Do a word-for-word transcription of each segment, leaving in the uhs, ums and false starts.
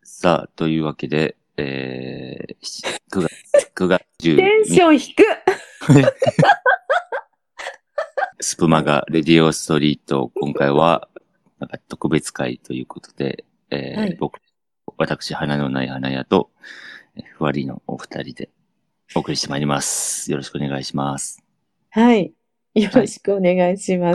さあ、というわけで、えー、くがつ、くがつじゅうテンション低っスプマガレディオストリート、今回は、なんか特別会ということで、えーはい僕、私、花のない花屋と、ふわりのお二人でお送りしてまいります。よろしくお願いします。 はい。よろしくお願いします。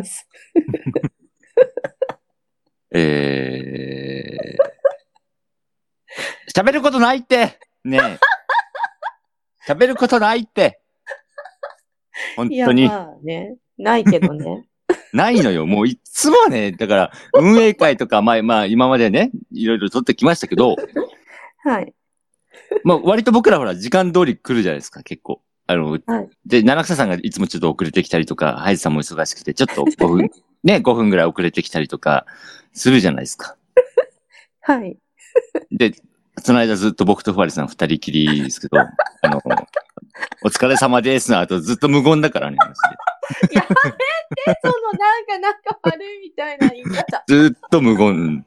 えー、喋ることないってねえ。喋ることないって本いや、 当に。 まあね。ないけどね。 ないのよ。もういっつもね、だから、運営会とか、まあ、まあ、今までね、いろいろ撮ってきましたけど、 はい。 まあ、割と僕らほら、時間通り来るじゃないですか、結構。あの、 はい。 で、七草さんがいつもちょっと遅れてきたりとか、ハイズさんも忙しくて、ちょっとごふん、ね、ごふんぐらい遅れてきたりとか、するじゃないですか。 はい。 で、その間ずっと僕とふわりさん二人きりですけど、あの、お疲れ様ですの後ずっと無言だからね、マジで。 やめて、そのなんか、なんか悪いみたいな言い方。 ずっと無言。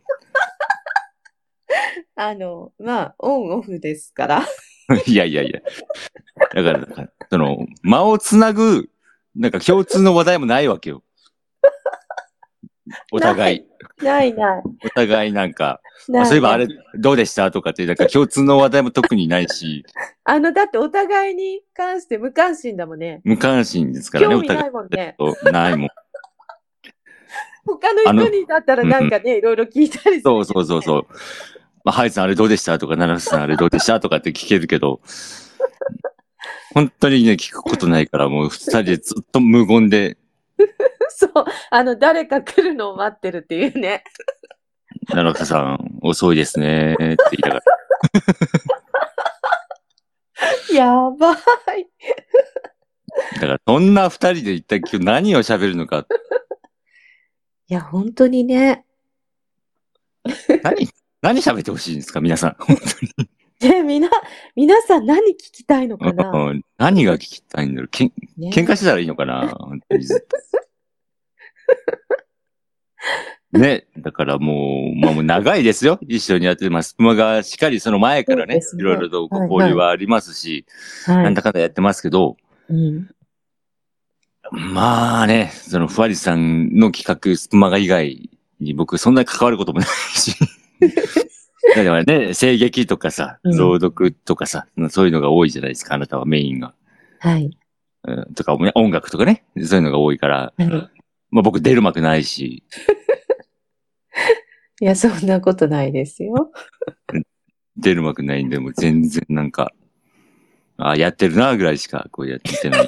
あの、まあ、オンオフですから。 いやいやいや。だから、だからその、間をつなぐ、なんか共通の話題もないわけよ。お互い。 ないない。 お互いなんか、 ないあそういえばあれどうでしたとかって、なんか共通の話題も特にないし、 あの、だってお互いに関して無関心だもんね。 無関心ですからね、お互興味ないいもんね。 と。ないもん。 他の人にだったらなんかね、いろいろ聞いたりする。 そうそうそうそう。まあ、ハイさんあれどうでしたとか、七瀬さんあれどうでしたとかって聞けるけど、本当にね、聞くことないから、もう二人でずっと無言で、 そう、あの、誰か来るのを待ってるっていうね。 七瀬さん遅いですねって言いながら。 やばい。 だから、そんな二人で一体今日何を喋るのか。 いや、本当にね。 何、何喋ってほしいんですか皆さん。本当に。 で、みな、皆さん何聞きたいのかな、 うん何が聞きたいんだろう。けんね、 喧嘩してたらいいのかな本当にずっと。ね。だからもう、まあもう長いですよ。一緒にやってます。スプマがしっかりその前からね、 そうですねいろいろとこうはい交流はありますし、 はい。 なんだかんだやってますけど、 うん。 まあね、そのふわりさんの企画、スプマガ以外に僕そんなに関わることもないし。だからね、声劇とかさ、 うん朗読とかさ、そういうのが多いじゃないですか、あなたはメインが。 はい。 うん、とか、ね、音楽とかね、そういうのが多いから、 はい。 まあ僕出る幕ないし、 いや、そんなことないですよ。 出る幕ないんで、もう全然なんか、あやってるなぐらいしかこうやってないんで。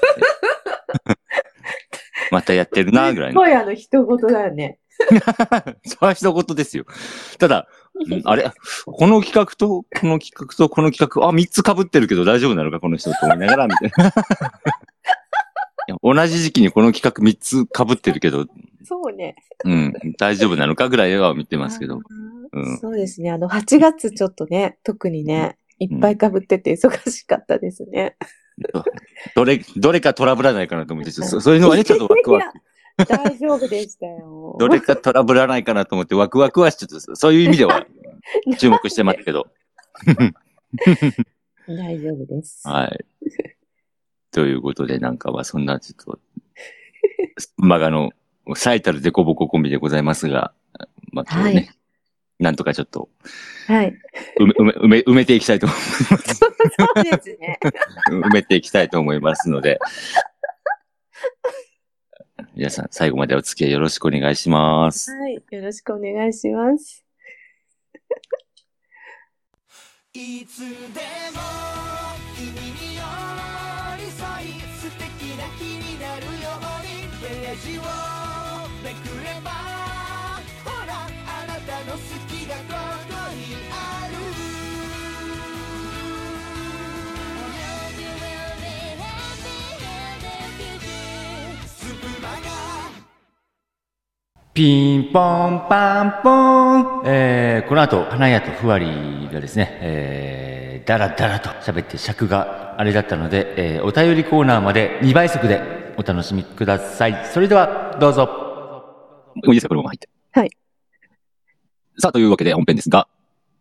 またやってるなぐらいの。 すごいあの、人事だよね。 それは一言ですよ。ただ、うんあれ、この企画と、この企画と、この企画、あ、三つ被ってるけど大丈夫なのか、この人と思いながら、みたいな。いや同じ時期にこの企画三つ被ってるけど、 そうね。 うん、大丈夫なのかぐらいは見てますけど。 あうんーそうですね。あの、はちがつちょっとね、特にね、いっぱい被ってて忙しかったですね。 どれ、どれかトラブらないかなと思って、そそういうのはね、ちょっとワクワク。 いや大丈夫でしたよ。 どれかトラブらないかなと思って、ワクワクはちょっと、そういう意味では注目してますけど。 大丈夫です。 はい。ということで、なんかはそんなちょっと、マガの最たるデコボココンビでございますが、まあ今日ね、 はいなんとかちょっとはい。 埋め、埋め、埋め埋めていきたいと思います。 そうですね。 埋めていきたいと思いますので、皆さん最後までお付き合いよろしくお願いします。 はい。よろしくお願いします。 いつでも君に寄り添い素敵な日になるようにページをめくればほらあなたの好きがここにあるスプマガピンポンパンポン、えー、この後、花屋とふわりがですね、えー、だらだらと喋って尺があれだったので、えー、お便りコーナーまでにばい速でお楽しみください。それでは、どうぞ。いいですか、これも入って。 はい。 さあ、というわけで本編ですが、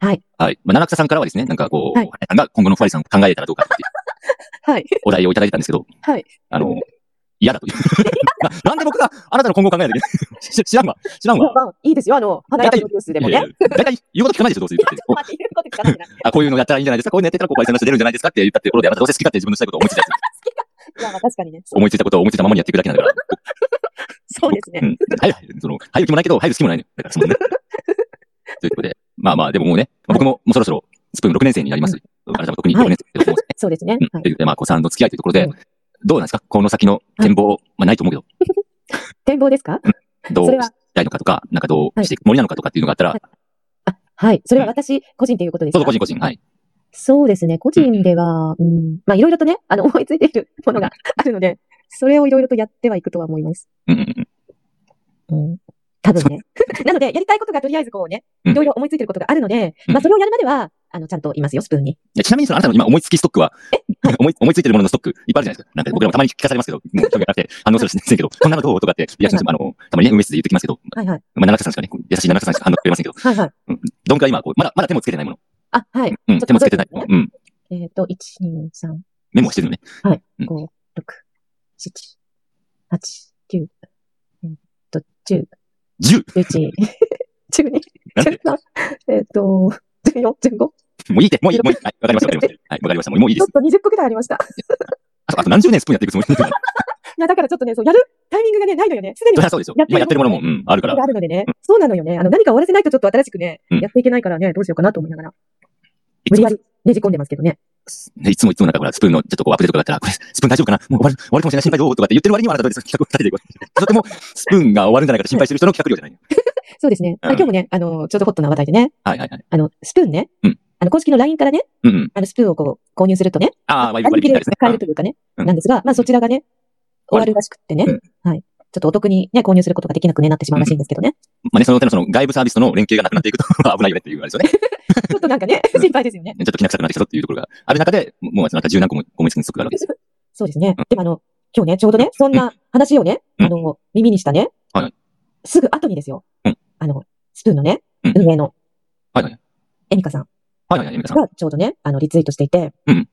はい。 はい。まあ、七草さんからはですね、なんかこう、 はい花屋さんが今後のふわりさんを考えたらどうかっていうはい。 お題をいただいてたんですけど、 はい。 あの、嫌だという。ななんで僕があなたの今後を考えないといけない知知らんわ。知らんわ。 まあまあ、いいですよ。あの、花屋プロデュースでもね。 いやいや大体言うこと聞かないでしょ、どうせ言って。 まあ、言うこと聞かないでな。 あ、こういうのやったらいいんじゃないですか、こういうのやってたらこう回線の人出るんじゃないですかって言ったってところで、あなたどうせ好き勝手自分のしたいことを思いついたやつ、 いや、まあ確かにね。 思いついたことを思いついたままにやっていくだけなんだから。 そうですね。 うん。はいはい。その、入る気もないけど、入る好きもないのよ。だからそのね。ということで、まあまあ、でももうね、僕ももうそろそろスプーンろくねん生になります。あなたも特にろくねん生だと思うんですね。 そうですね。 うん。 はいということで、まあ、こうさんの付き合いというところでうん、 どうなんですかこの先の展望、まあないと思うけど、 展望ですかどうそれはしたいのかとか、なんかどうしていくつもりなのかとかっていうのがあったら、 あ、はい。それは私個人ということですかそうそう、個人個人、はい。 そうですね。個人では、うん、まあいろいろとね、あの、思いついているものがあるので、それをいろいろとやってはいくとは思います。 うんうんうん。 うん。多分ね。なので、やりたいことがとりあえずこうね、 うんいろいろ思いついてることがあるので、 うんまあそれをやるまでは、あの、ちゃんといますよ、スプーンに。 いやちなみにそのあなたの今思いつきストックは、思い、思いついてるもののストックいっぱいあるじゃないですか。なんか僕らもたまに聞かされますけど、もう興味なくて反応するしないですけど、こんなのどうとかってリアクションしても、あの、たまにね、運営室で言ってきますけど、 はいはい。 まあ、七草さんしかね、優しい七草さんしか反応くれませんけど、 はいはい。 うん。どんくらい今、こう、まだ、まだ手もつけてないもの。 あ、はい。 うん、 ちょっと手もつけてない。 数えてうん。 えっと、いち、に、さん、 メモはしてるのね。うんご、ろく、しち、はち、きゅう、えっと、じゅう、 じゅう! じゅういち、じゅうに、 なんでじゅうさん、えっと、じゅうよん、じゅうご。 もういいって、もういい、もういい。はい、わかりました、わかりました。はい、わかりました。もうもういいです。 ちょっとにじゅっこくらいありました。 あと、あと何十年スプーンやっていくつもりいや、だからちょっとね、そう、やるタイミングがね、ないのよね。すでにそりゃそうでしょ。今やってるものも、うん、あるから。 があるのでね。そうなのよね。あの、何か終わらせないとちょっと新しくね、 うんやっていけないからね、どうしようかなと思いながら。 いつも無理やりねじ込んでますけどね。 ねいつもいつもなんかほら、スプーンのちょっとこうアップデートとかだったら、これ、スプーン大丈夫かなもう終わる、終わるかもしれない心配どうとかって言ってる割にはあなたどうです企画を立てていく。とても、スプーンが終わるんじゃないかと心配してる人の企画量じゃない。 そうですね。 うん今日もね、あの、ちょうどホットな話題でね、 はいはいはい。 あの、スプーンね。 うんあの、公式の ライン からね、 うんうん。 あの、スプーンをこう、購入するとね、 ああ、割引割引でみたいですね。 買えるというかね、 うんなんですが、まあそちらがね、終わるらしくってね、 うんはい。ちょっとお得にね、購入することができなくね、なってしまうらしいんですけどね。 まあね、その点のその外部サービスとの連携がなくなっていくと危ないよねっていうあれですよね。 ちょっとなんかね、心配ですよね。 ちょっと気な臭くなってきたぞっていうところがある中で、もうなんか十何個も思いつきのストックがあるわけですよ。 そうですね。でもあの、今日ね、ちょうどね、そんな話をね、 うんあの、耳にしたね、 はいはいすぐ後にですよ、 うんあの、スプーンのね、 うん運営のはいはい。 エミカさんはいはいはい、皆さん。 がちょうどね、あの、リツイートしていて、 うん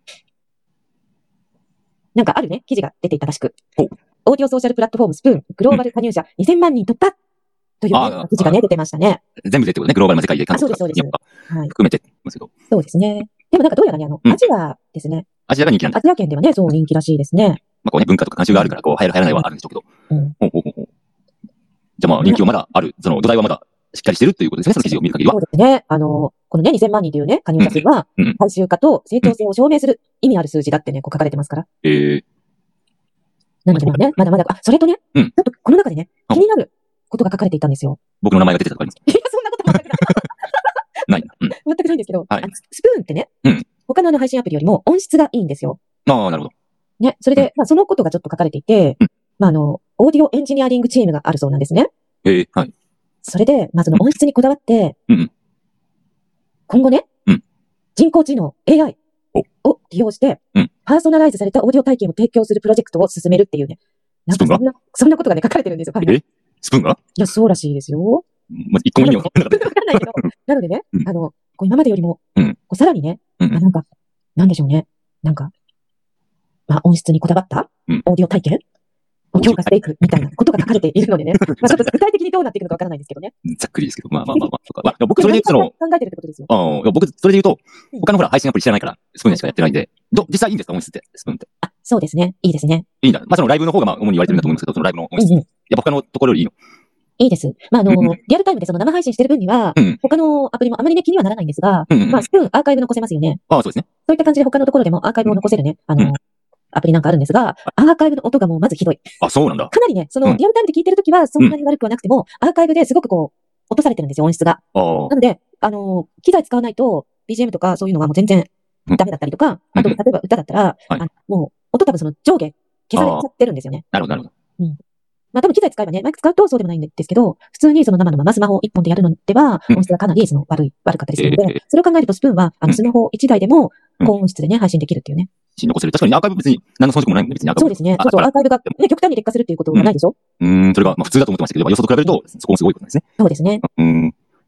なんかあるね、記事が出ていたらしくほう、 オーディオソーシャルプラットフォームスプーン、グローバル加入者にせんまんにん突破というね、 あー記事がね、出てましたね。 全部でってことね、グローバルな世界で韓国とかあそうですそうです日本がはい。 含めてますけど、 そうですね。でもなんかどうやらね、あの、 うんアジアですね。 アジアが人気なんだ。 アジア圏ではね、そう人気らしいですね。 まあこうね、文化とか慣習があるから、こう、流行る流行らないはあるんでしょうけど。 うん。 ほうほうほうほう。じゃあまあ人気はまだある。その土台はまだしっかりしてるということですね、その記事を見る限りはそう。ですね。あの、このね、にせんまんにんというね、加入者数はうんうん、 大衆化と正当性を証明する意味のある数字だってね、こう書かれてますから。 えー、 なのでまあね、まだまだ、あ、それとね、 うんちょっとこの中でね、 うん気になることが書かれていたんですよ。 僕の名前が出てたとかありますいや、そんなこと全くない。 ないな。うん。 全くないんですけど、 はいあのスプーンってね、 うん他のあの配信アプリよりも音質がいいんですよ。 ああ、なるほど。 ね、それで、まあそのことがちょっと書かれていて、 うんまああの、オーディオエンジニアリングチームがあるそうなんですね。 えー、はい。 それで、まあその音質にこだわって、 うんうん今後ね、 うん人工知能 エーアイ を利用して、 うんパーソナライズされたオーディオ体験を提供するプロジェクトを進めるっていうね。なんかそんな、そんなことがね、書かれてるんですよ。はいはい。いえスプーンがや、そうらしいですよ。 まあ、一個も意味わかんなかった。 わかんないけど、なのでね、 うんあの、こう今までよりも、 うんこうさらにね、 うんあなんか、なんでしょうね。なんか、まあ音質にこだわったうんオーディオ体験を強化していくみたいなことが書かれているのでね。まあちょっと具体的にどうなっていくのかわからないんですけどね。 ざっくりですけど、まあまあまあまあ。そうかまあ、僕それで言うとその、 考えてるってことですよ。 ああ、いや僕それで言うとうん、 他のほら配信アプリ知らないから、スプーンでしかやってないんで、ど、実際いいんですか音質って、スプーンって。 あ、そうですね。いいですね。 いいんだ。まあそのライブの方がまあ主に言われてるんだと思うんですけど、そのライブの音質。 うんうん。 やっぱ他のところよりいいの。 いいです。まあ、あの、 うんリアルタイムでその生配信してる分には、 うん他のアプリもあまりね気にはならないんですが、 うんうんまあ、スプーンアーカイブ残せますよね。 ああ、そうですね。 そういった感じで他のところでもアーカイブを残せるね、あの、 うんアプリなんかあるんですが、アーカイブの音がもうまずひどい。 あ、そうなんだ。 かなりね、その、 うんリアルタイムで聞いてるときはそんなに悪くはなくても、アーカイブですごくこう、落とされてるんですよ、音質が。 ああな。ので、あの、機材使わないと、ビージーエム とかそういうのがもう全然ダメだったりとか、あと、 うん例えば歌だったら、 はいあのもう、音多分その上下消されちゃってるんですよね。 なるほど、なるほど。 まあ多分機材使えばね、マイク使うとそうでもないんですけど、普通にその生のままスマホ一本でやるのでは、 うん音質がかなりその悪い、悪かったりするので、 ええそれを考えるとスプーンは、あうんのスマホ一台でもうん高音質でね、配信できるっていうね。 残せる。確かにアーカイブ別に何の遜色もないもんね、別にアーカイブ。 そうですね。 あそうそう、 だからアーカイブがね、極端に劣化するっていうことはないでしょ、 うーん、それがまあ普通だと思ってましたけど、まあ予想と比べると、そこもすごいことなんですね。 そうですね。 うーん。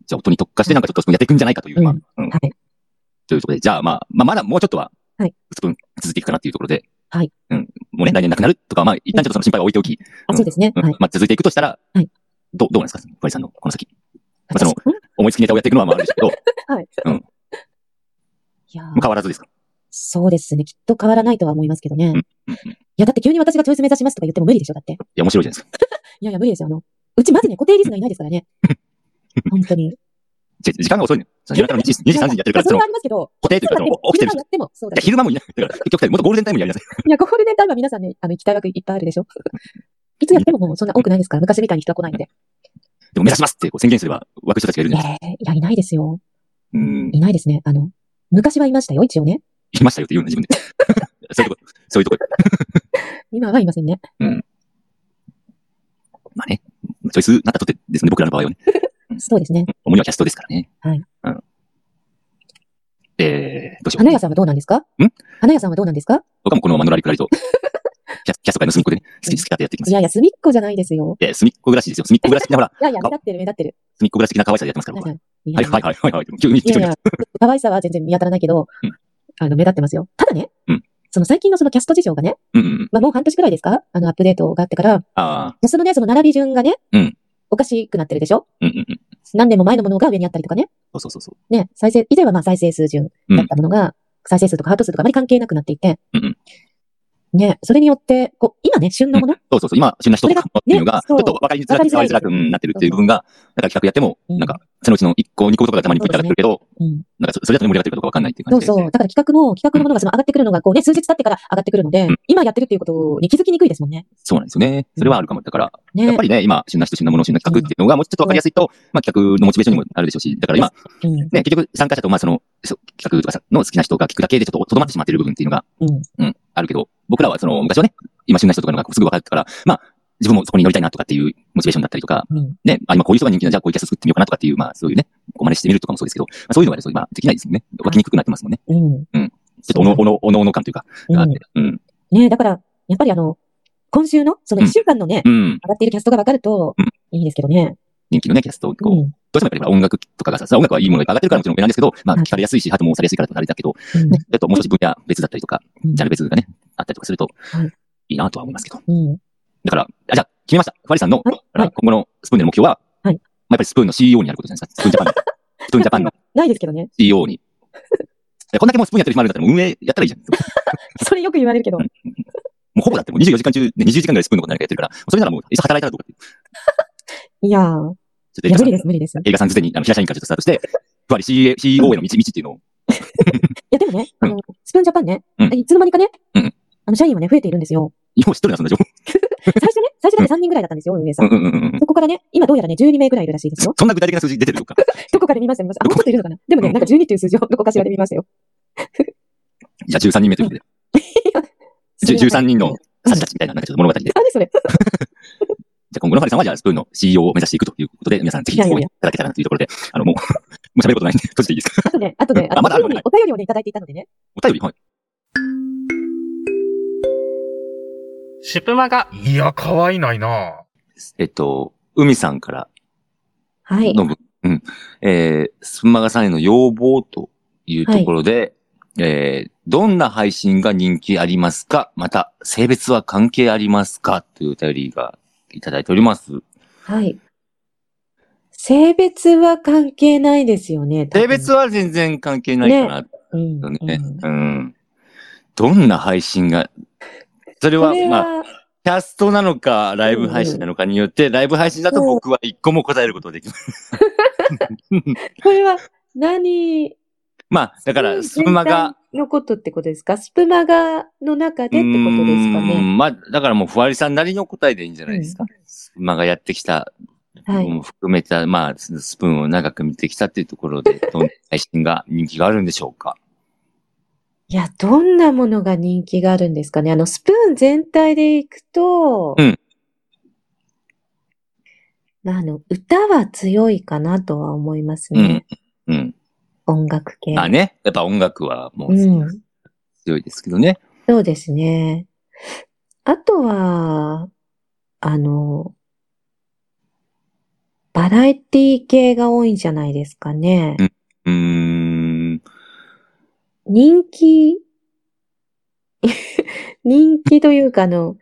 じゃあ音に特化してなんかちょっとスプーンやっていくんじゃないかという、 うんまあ、うん。 はい。 というところで、じゃあまあ、まあまだもうちょっとは、 はいスプーン続いていくかなっていうところで、 はい。 うん。もうね、来年なくなるとか、まあ、一旦ちょっとその心配は置いておき、 あ、そうですね。 うんはい。 まあ続いていくとしたら、 はい。 どう、どうなんですかふわりさんのこの先。まあその、 私思いつきネタをやっていくのはまああるんですけど、 はい。 うん。 いやーもう変わらずですか？ そうですね。きっと変わらないとは思いますけどね。 うん。うん。うん。 いや、だって急に私がチョイス目指しますとか言っても無理でしょ、だって。 いや、面白いじゃないですか。 いやいや、無理ですよ。あの、うちまずね、固定リスナーいないですからね。本当に。 じ時間が遅いのよ。その夜中のにじ、にじ、さんじにやってるから、 それそのはありますけど、 固定というか、その起きてる人。 昼間やってもそうだけど。 昼間もいない。だから、結局、もっとゴールデンタイムにやりなさい。 いや、ゴールデンタイムは皆さんね、あの、行きたい枠いっぱいあるでしょ。いつやってももうそんな多くないですから、昔みたいに人は来ないんで。 でも目指しますってこう宣言すれば、湧く人たちがいるんです。 ええいや、いないですよ。 うん。 いないですね。あの、昔はいましたよ、一応ね。 いましたよって言うの、自分で。そういうとこ、そういうとこ。 今はいませんね。 うん。まあね、チョイスなったとってですね、僕らの場合はね。 そうですね。 主にはキャストですからね。 はい。 うん。えー、どうしよう。 花屋さんはどうなんですかん花屋さんはどうなんですか僕はもうこのままのらりくらりと、キャスキャスト界の隅っこでね、好き、好き勝手やっていきます。 いやいや、隅っこじゃないですよ。 えー、隅っこ暮らしですよ。隅っこ暮らし的な、ほら、 いやいや、目立ってる、目立ってる。 隅っこ暮らし的な可愛さでやってますから、僕は。 いやはいはいはいはいはい。急に、 いやいや、可愛さは全然見当たらないけど、 うんあの、目立ってますよ。ただね、 うんその最近のそのキャスト事情がね、 うんうん。 まあもう半年くらいですかあの、アップデートがあってから、 あそのね、その並び順がね、 うんおかしくなってるでしょあ。うんうんうん。 何年も前のものが上にあったりとかね。 そうそうそうそね、再生、以前はまあ再生数順だったものが、再生数とかハート数とかあまり関係なくなっていて、 うんうんね、それによって、こう、今ね、旬のもの、 う。そうそうそう。今、旬な人とかっていうのが、 ねそうちょっと分かりづらく、 分かりづらい伝わりづらくうんなってるっていう部分が、なんか企画やっても、 うんなんか、そのうちのいっこ、にことかがたまにプッて上がってくるけど、 うん。 なんかそ、それだと盛り上がってるかどうか分かんないっていう感じで。 そうそう。だから企画も、企画のものがその上がってくるのが、こうね、数日経ってから上がってくるので、 うん今やってるっていうことに気づきにくいですもんね。 そうなんですよね。それはあるかも。だから、 ね。 やっぱりね、今、旬な人、旬なもの、旬な企画っていうのが、もうちょっと分かりやすいと、まあ企画のモチベーションにもなるでしょうし、だから今、 うん。 ね、結局参加者と、まあその、そう企画とかさの好きな人が聞くだけでちょっととどまってしまっている部分っていうのが、 うん。 うん、あるけど、僕らはその、昔はね、今旬な人とかのがすぐ分かったから、まあ、自分もそこに乗りたいなとかっていうモチベーションだったりとか、 うん。 ね、あ、今こういう人が人気な、じゃあこういうキャスト作ってみようかなとかっていう、まあそういうね、こう真似してみるとかもそうですけど、まあ、そういうのがね、そう今できないですもんね。分きにくくなってますもんね。 うん。 ちょっとおの、おの、おのおの感というか、があって。うん。 ねだから、やっぱりあの、今週の、そのいっしゅうかんのね、 うん。 上がっているキャストが分かるとうん、 いいですけどね。 人気のね、キャストをこう、 うん。 どうしてもやっぱりほら音楽とかがさ、さ音楽はいいものが上がってるからもちろん上なんですけど、まあはい聞かれやすいし、ハートもされやすいからとかあれだけど、 うんね、ちょっともう少し分野別だったりとか、 うんジャンル別がね、あったりとかするとはい、 いいなとは思いますけど。 うん。 だから、あじゃあ、決めました。ファリさんの、 はいあらはい今後のスプーンでの目標は、 はいまあ、やっぱりスプーンの シーイーオー になることじゃないですか。スプーンジャパンの。スプーンジャパンのないですけどね。 シーイーオー に。いやこんだけもうスプーンやってる暇あるんだったらもう運営やったらいいじゃん。 それよく言われるけど。 もうほぼだってもうにじゅうよじかん中、ね、にじゅうじかんぐらいスプーンのこと何かやってるから、それならもう、いっそ働いたらどうかっていう。 いやー。 ちょっといや、 映画さん無理です、無理です。い映画さんすでにあの平社員からちょっとスタートして、ふわり シーイーオー への道、道っていうのを、 や、でもね、 うんあの、スプーンジャパンね、 うんいつの間にかね、 うんあの、社員はね、増えているんですよ。 今知っとるな、そんな情報。 最初ね、最初だってさんにんぐらいだったんですよ、運営さ。 うんんうんうんうん。 そこからね、今どうやらね、じゅうにめいぐらいいるらしいですよ。 そんな具体的な数字出てるのか。 どこかで見ました、見ました。あ、もうちょっといるのかな。でもね、 うんなんかじゅうにっていう数字をどこかしらで見ましたよ。 じゃあじゅうさんにんめということで。じゅじゅうさんにんのサジたちみたいな、なんかちょっと物語で。じゃ何それ。 あ今後のファリさんはじゃあスプーンの シーイーオー を目指していくということで、皆さんぜひいやいやいや応援いただけたらなというところで、あの、もう、もう喋ることないんで、閉じていいですか。 あとね、あとね、あのあまだあるお便りお便りをね、いただいていたのでね。 お便り、はい。 シュプマが、 いや、可愛いないな。 えっと、海さんからはい。 のぶ、うん。えー、スンマガさんへの要望というところで、えー、どんな配信が人気ありますか？また、性別は関係ありますか？というお便りがいただいております。 はい。性別は関係ないですよね。 性別は全然関係ないかな、 うん。 とね。 うんうん。どんな配信が、それは、 これまあ、 は、 キャストなのか、ライブ配信なのかによって、ライブ配信だと僕は一個も答えることができます。 これは何、 まあ、だから、スプマガ、 全体のことってことですか？スプマガの中でってことですかうーね。 んまあ、だからもう、ふわりさんなりの答えでいいんじゃないですか。スプマガやってきた、 はい。 も含めた、まあ、スプーンを長く見てきたっていうところで、どんな配信が人気があるんでしょうか。 いや、どんなものが人気があるんですかね。あの、スプーン全体でいくと、 うんまあ、あの、歌は強いかなとは思いますね。 うん。 音楽系。 まあね、やっぱ音楽はもううん。 強いですけどね。 そうですね。あとは、あの、 バラエティ系が多いんじゃないですかね。 うーん。 人気、人気というかあの、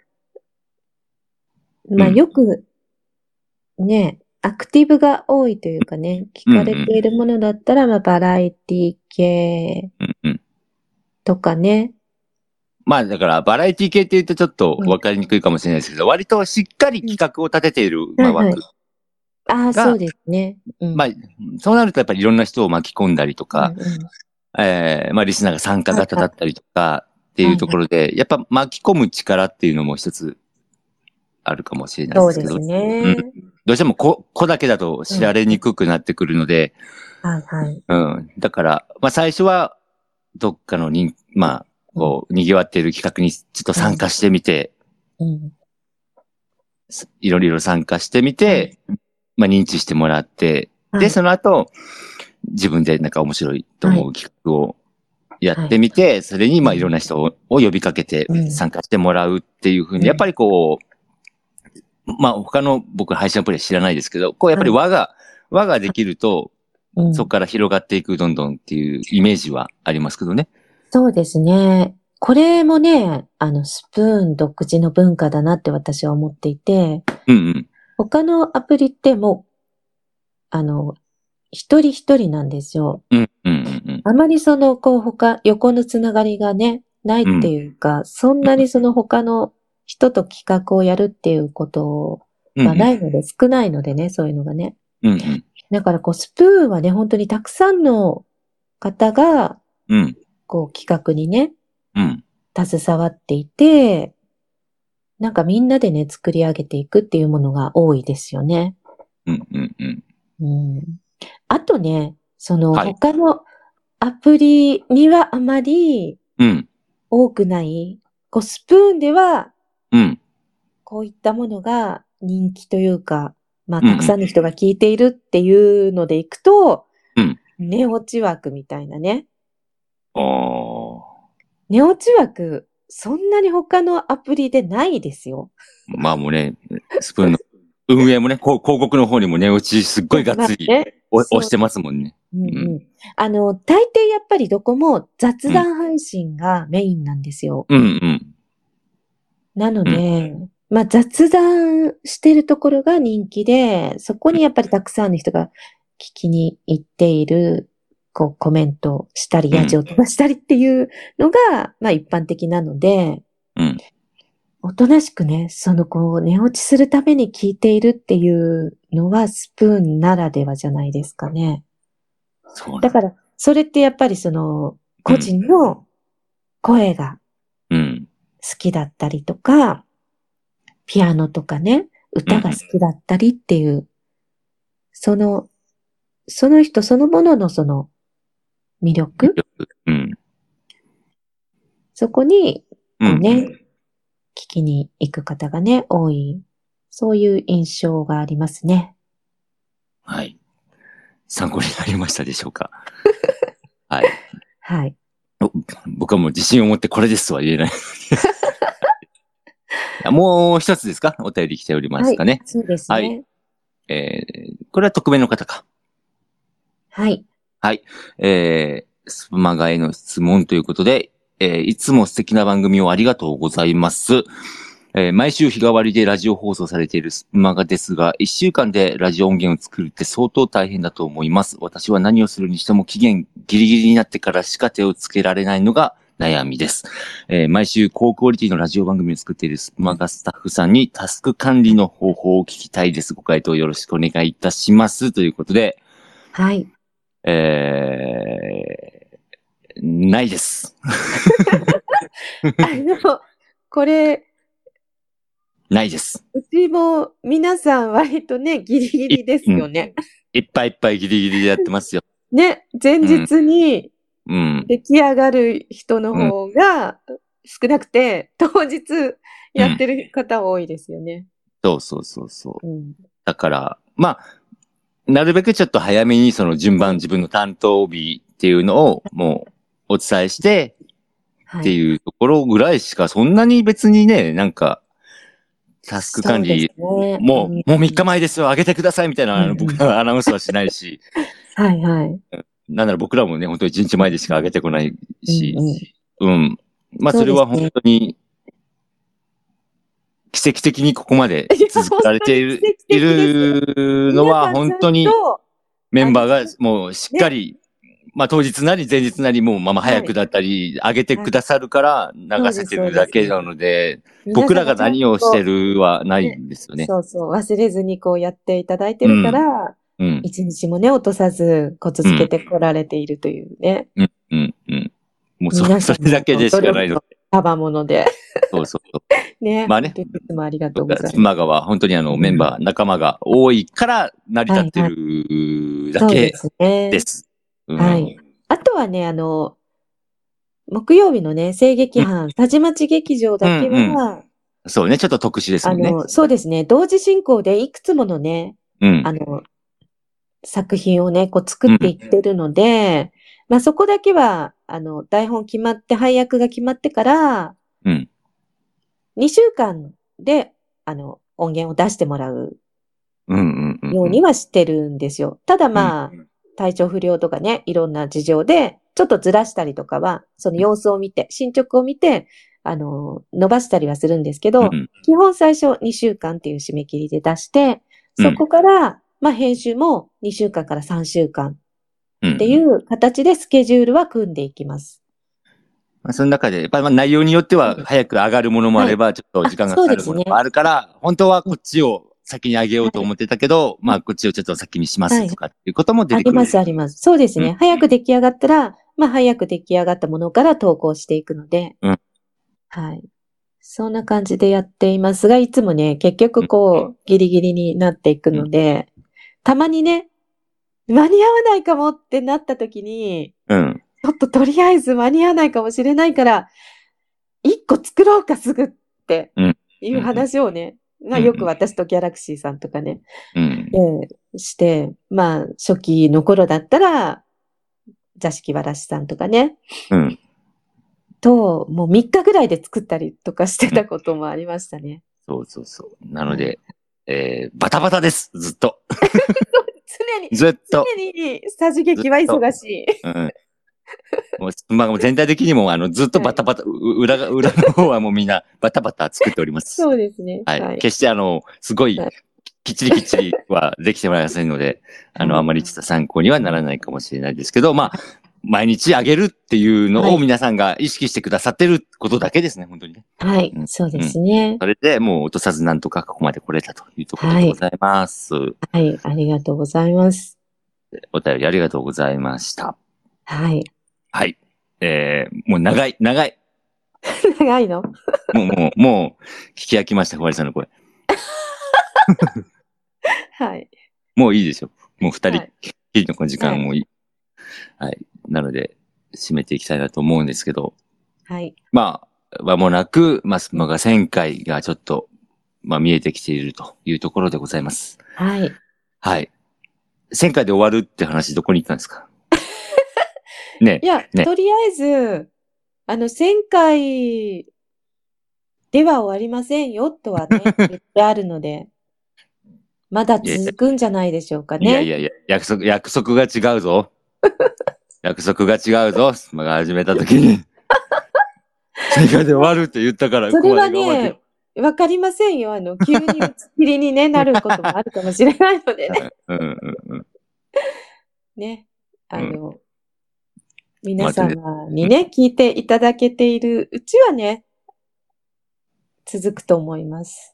まあうんよくね、アクティブが多いというかね、聞かれているものだったら、まあバラエティ系うんうん。 とかね。 まあだからバラエティ系って言うとちょっとわかりにくいかもしれないですけど、割としっかり企画を立てている、まあはいはい枠。 ああ、 がそうですね。うん。 まあ、そうなるとやっぱりいろんな人を巻き込んだりとか、 うんうんえーまあリスナーが参加型だったりとかっていうところで、やっぱ巻き込む力っていうのも一つあるかもしれないそうでですけど、 すね。 どうしても子子だけだと知られにくくなってくるので、 はいはい。 うん。だから、まあ最初はどっかのに、まあ、こう、賑わっている企画にちょっと参加してみて、 うん。 いろいろ参加してみて、まあ認知してもらって、で、 はいその後、自分でなんか面白いと思う企画をやってみて、それにまあいろんな人を呼びかけてうん参加してもらうっていうふうに、 うんやっぱりこう、まあ他の僕配信アプリは知らないですけど、こうやっぱり輪が、輪ができると、 うんそこから広がっていくどんどんっていうイメージはありますけどね。 そうですね。これもね、あの、スプーン独自の文化だなって私は思っていて、 うんうん。 他のアプリってもう、あの、一人一人なんですよ。 うんうんうんうん。 あまりその、こう、他、横のつながりがね、ないっていうか、そんなにその他の人と企画をやるっていうことうんうんはないので、少ないのでね、そういうのがね。 うんうん。 だからこう、スプーンはね、本当にたくさんの方が、 うんこう、企画にね、 うん。 携わっていて、なんかみんなでね、作り上げていくっていうものが多いですよね。 うんうんうん。 うん。あとね、そのはい他のアプリにはあまりうん多くない、こうスプーンではうん。 こういったものが人気というか、まあうんうんたくさんの人が聞いているっていうのでいくと、 うん寝落ち枠みたいなね。 ああ。 寝落ち枠、そんなに他のアプリでないですよ。 まあもうね、スプーンの運営もね、こう広告の方にも寝落ちすっごいがっつりまあねそうお押してますもんね。 うんううん。あの、大抵やっぱりどこも雑談配信がメインなんですよ。 うんうん。 なので、まあ雑談してるところが人気で、そこにやっぱりたくさんの人が聞きに行っている、こうコメントしたり、 うんヤジを飛ばしたりっていうのが、まあ一般的なので、 うん。 おとなしくね、そのこう寝落ちするために聞いているっていうのはスプーンならではじゃないですかね。 そうなんだから、それってやっぱりその、個人の声がうん。 好きだったりとか、ピアノとかね、歌が好きだったりっていう、その、その人そのもののその魅力、 うん。 そこに、 う。 こうんね、聞きに行く方がね、多い、そういう印象がありますね。 はい。参考になりましたでしょうか。はい。 はい。 お僕はもう自信を持ってこれですとは言えない。もう一つですか？お便り来ておりますかね。 はい、そうですね。 はい。えー、これは匿名の方か。 はい。 はい。えー、スプマガへの質問ということで、えー、いつも素敵な番組をありがとうございます。えー、毎週日替わりでラジオ放送されているスプマガですが、いっしゅうかんでラジオ音源を作るって相当大変だと思います。私は何をするにしても期限ギリギリになってからしか手をつけられないのが悩みです。えー、毎週高クオリティのラジオ番組を作っているスプマガスタッフさんにタスク管理の方法を聞きたいです。ご回答よろしくお願いいたします。ということで、 はい。 えー、ないです。 あの、これ、 ないです。 うちも皆さん割とね、ギリギリですよね。 いっぱいいっぱいギリギリでやってますよ。 ね、前日にうん。 出来上がる人の方が少なくて、当日やってる方多いですよね。 そうそうそうそう。 うん。 だから、まあ、なるべくちょっと早めにその順番自分の担当日っていうのをもうお伝えしてはい。 っていうところぐらいしかそんなに別にね、なんかタスク管理、 そうですねもう、 うんもうみっかまえですよ、上げてくださいみたいな、あのうん僕はアナウンスはしないし、 はいはい。 なんなら僕らもね、本当いちにちまえでしか上げてこないし、 うんうんうん。まあ、それは本当に、奇跡的にここまで続けられている、 いや本当に奇跡い的でするのは、本当に皆さんちゃんとメンバーがもうしっかり、まあ当日なり前日なりもうまま早くだったり、上げてくださるから流せてるだけなので、僕らが何をしてるはないんですよね。 そうそう、忘れずにこうやっていただいてるから、 うん。 一日もね、落とさず、こう続けてこられているというね。 うん。うん。うん。もうそ皆さんそれだけでしかないので。 束物で。 そうそうそう。 ね。 まあね本当にいつもありがとうございます。 妻川は本当にあのメンバー、仲間が多いから成り立ってるだけそうですね。 です。うんはい。あとはね、あの、木曜日のね、声劇班、田島町劇場だけは、 うんうそうね、ちょっと特殊ですもんね。 あの、そうですね、同時進行でいくつものね、 うんあ。の、作品をね、こう作っていってるので、まあそこだけは、あの、台本決まって、配役が決まってから、 うん。 にしゅうかんで、あの、音源を出してもらううんうんうん。 ようにはしてるんですよ。ただまあ、体調不良とかね、いろんな事情で、ちょっとずらしたりとかは、その様子を見て、進捗を見て、あの、伸ばしたりはするんですけど、 うん基本最初にしゅうかんっていう締め切りで出して、そこから、まあ編集もにしゅうかんからさんしゅうかんうん。 っていう形でスケジュールは組んでいきます。 まあ、その中で、やっぱりまあ内容によっては早く上がるものもあれば、ちょっと時間がかかるものもあるから、本当はこっちを先に上げようと思ってたけど、まあこっちをちょっと先にしますとかっていうことも出てくる。 あります、あります。そうですね。 うん早く出来上がったら、まあ早く出来上がったものから投稿していくので、 うんはい。そんな感じでやっていますが、いつもね、結局こう、ギリギリになっていくので、たまにね、間に合わないかもってなった時に、 うん。 ちょっととりあえず間に合わないかもしれないから、一個作ろうかすぐってうんいう話をね、まあうんよく私とギャラクシーさんとかね、 うん。 でして、まあ初期の頃だったら、座敷わらしさんとかね、 うん。 と、もうみっかぐらいで作ったりとかしてたこともありましたね。 そうそうそう。なので、えー、バタバタです。ずっと。 常に、 ずっと。 常にスタジ劇は忙しい。 うん。もう、まあ、全体的にも、あの、ずっとバタバタ、う裏が、裏の方はもうみんなバタバタ作っております。 そうですね。 はい。決してあの、すごいはい、 きっちりきっちりはできてもらえませんので、あの、 はいあまりちょっと参考にはならないかもしれないですけど、まあ、毎日あげるっていうのはいを皆さんが意識してくださってることだけですね、本当にね。 はいう、んそうですね。 それでもう落とさずなんとかここまで来れたというところでございます。 はい、ありがとうございます。 お便りありがとうございました。 はい。 はい。えー、もう長い、長い。 長いのもう、もう、もう、聞き飽きました、小林さんの声。 はい。 もういいでしょ。もう二人はい、 きりのこの時間もいい。はい。なので、締めていきたいなと思うんですけど、 はい。 まあ、間もなく、まあ、スマがせんかいがちょっと、まあ、見えてきているというところでございます。 はい。 はい。せんかいで終わるって話、どこに行ったんですか？ねいや、 ねとりあえず、あの、せんかいでは終わりませんよとはね、言ってあるので、まだ続くんじゃないでしょうかね。 いやいやいや、約束、約束が違うぞ。約束が違うぞ。スマが始めた時に。せんかいで終わるって言ったから、 それはここまで頑張ってね、わかりませんよ。あの、急に打ち切りに、ね、なることもあるかもしれないのでね。 うんうんうん。 ね。あの、皆様にね、聞いていただけているうちはね、続くと思います。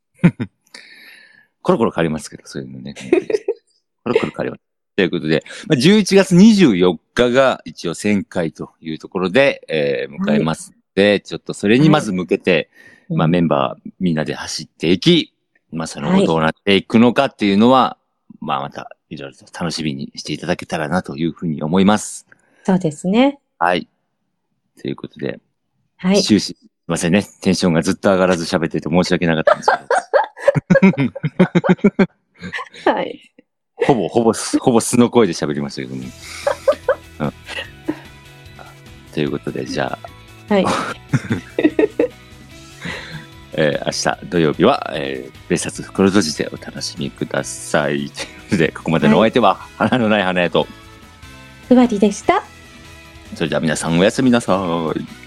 コロコロ変わりますけど、そういうのね。コロコロ変わります。ということで、まあ、じゅういちがつにじゅうよっかが一応せんかいというところで、えー、迎えますので、ちょっとそれにまず向けて、まあメンバーみんなで走っていき、まあその後どうなっていくのかっていうのは、まあまたいろいろと楽しみにしていただけたらなというふうに思います。 そうですね。 はい。ということで、 はい。 終始、すいませんね。テンションがずっと上がらず喋ってて申し訳なかったんですけど。 はい。 ほぼ、ほぼ、ほぼ素の声で喋りましたけども。うん、ということで、じゃあ、 はい。 えー、明日土曜日は、えー、別冊袋閉じでお楽しみください。ということで、ここまでのお相手は、はい、花のない花屋と、 ふわりでした。 それでは皆さんおやすみなさい。